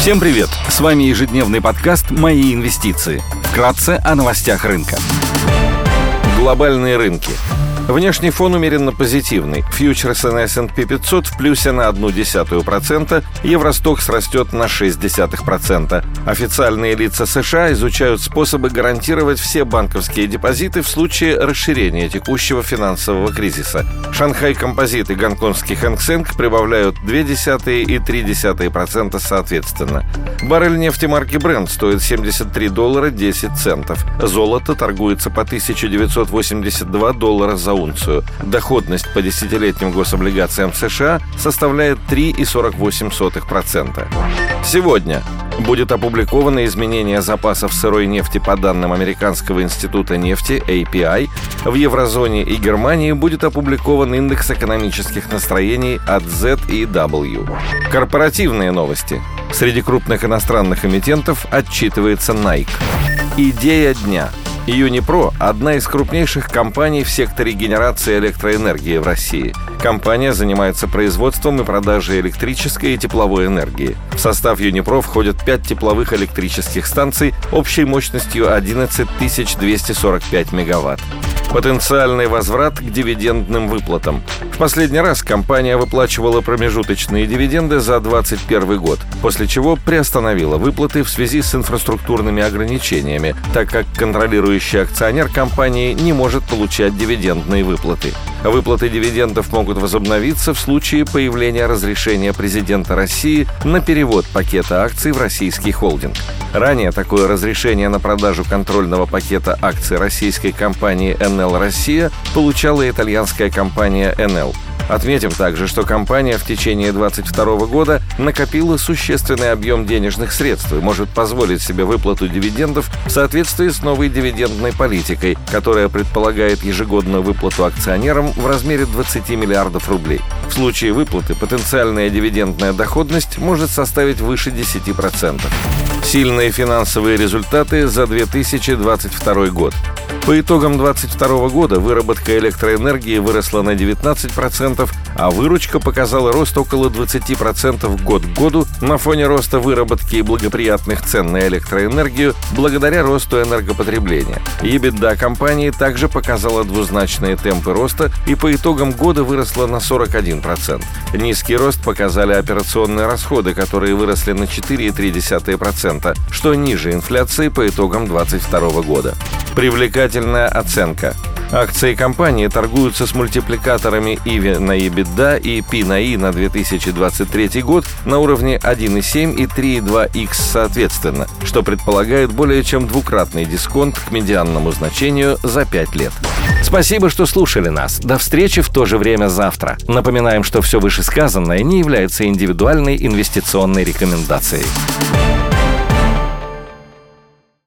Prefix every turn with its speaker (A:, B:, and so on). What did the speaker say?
A: Всем привет! С вами ежедневный подкаст «Мои инвестиции». Вкратце о новостях рынка. Глобальные рынки. Внешний фон умеренно позитивный. Фьючерсы на S&P 500 в плюсе на 0,1%, Евростокс растет на 0,6%. Официальные лица США изучают способы гарантировать все банковские депозиты в случае расширения текущего финансового кризиса. Шанхай Композит и гонконгский Хэнк Сенг прибавляют 0,2% и 0,3% соответственно. Баррель нефти марки Brent стоит $73.10. Золото торгуется по $1982 за унцию. Доходность по десятилетним гособлигациям США составляет 3,48%. Сегодня будет опубликовано изменение запасов сырой нефти по данным Американского института нефти API. В еврозоне и Германии будет опубликован индекс экономических настроений от ZEW. Корпоративные новости. Среди крупных иностранных эмитентов отчитывается Nike. Идея дня. Юнипро – одна из крупнейших компаний в секторе генерации электроэнергии в России. Компания занимается производством и продажей электрической и тепловой энергии. В состав Юнипро входят 5 тепловых электрических станций общей мощностью 11 245 мегаватт. Потенциальный возврат к дивидендным выплатам. В последний раз компания выплачивала промежуточные дивиденды за 2021 год, после чего приостановила выплаты в связи с инфраструктурными ограничениями, так как контролирующий акционер компании не может получать дивидендные выплаты. Выплаты дивидендов могут возобновиться в случае появления разрешения президента России на перевод пакета акций в российский холдинг. Ранее такое разрешение на продажу контрольного пакета акций российской компании Enel Россия получала итальянская компания Enel. Отметим также, что компания в течение 2022 года накопила существенный объем денежных средств и может позволить себе выплату дивидендов в соответствии с новой дивидендной политикой, которая предполагает ежегодную выплату акционерам в размере 20 миллиардов рублей. В случае выплаты потенциальная дивидендная доходность может составить выше 10%. Сильные финансовые результаты за 2022 год. По итогам 2022 года выработка электроэнергии выросла на 19%, а выручка показала рост около 20% год к году на фоне роста выработки и благоприятных цен на электроэнергию благодаря росту энергопотребления. EBITDA компании также показала двузначные темпы роста и по итогам года выросла на 41%. Низкий рост показали операционные расходы, которые выросли на 4,3%, что ниже инфляции по итогам 2022 года. Привлекательная оценка. Акции компании торгуются с мультипликаторами EV на EBITDA и P на I на 2023 год на уровне 1,7 и 3,2x соответственно, что предполагает более чем двукратный дисконт к медианному значению за 5 лет. Спасибо, что слушали нас. До встречи в то же время завтра. Напоминаем, что все вышесказанное не является индивидуальной инвестиционной рекомендацией.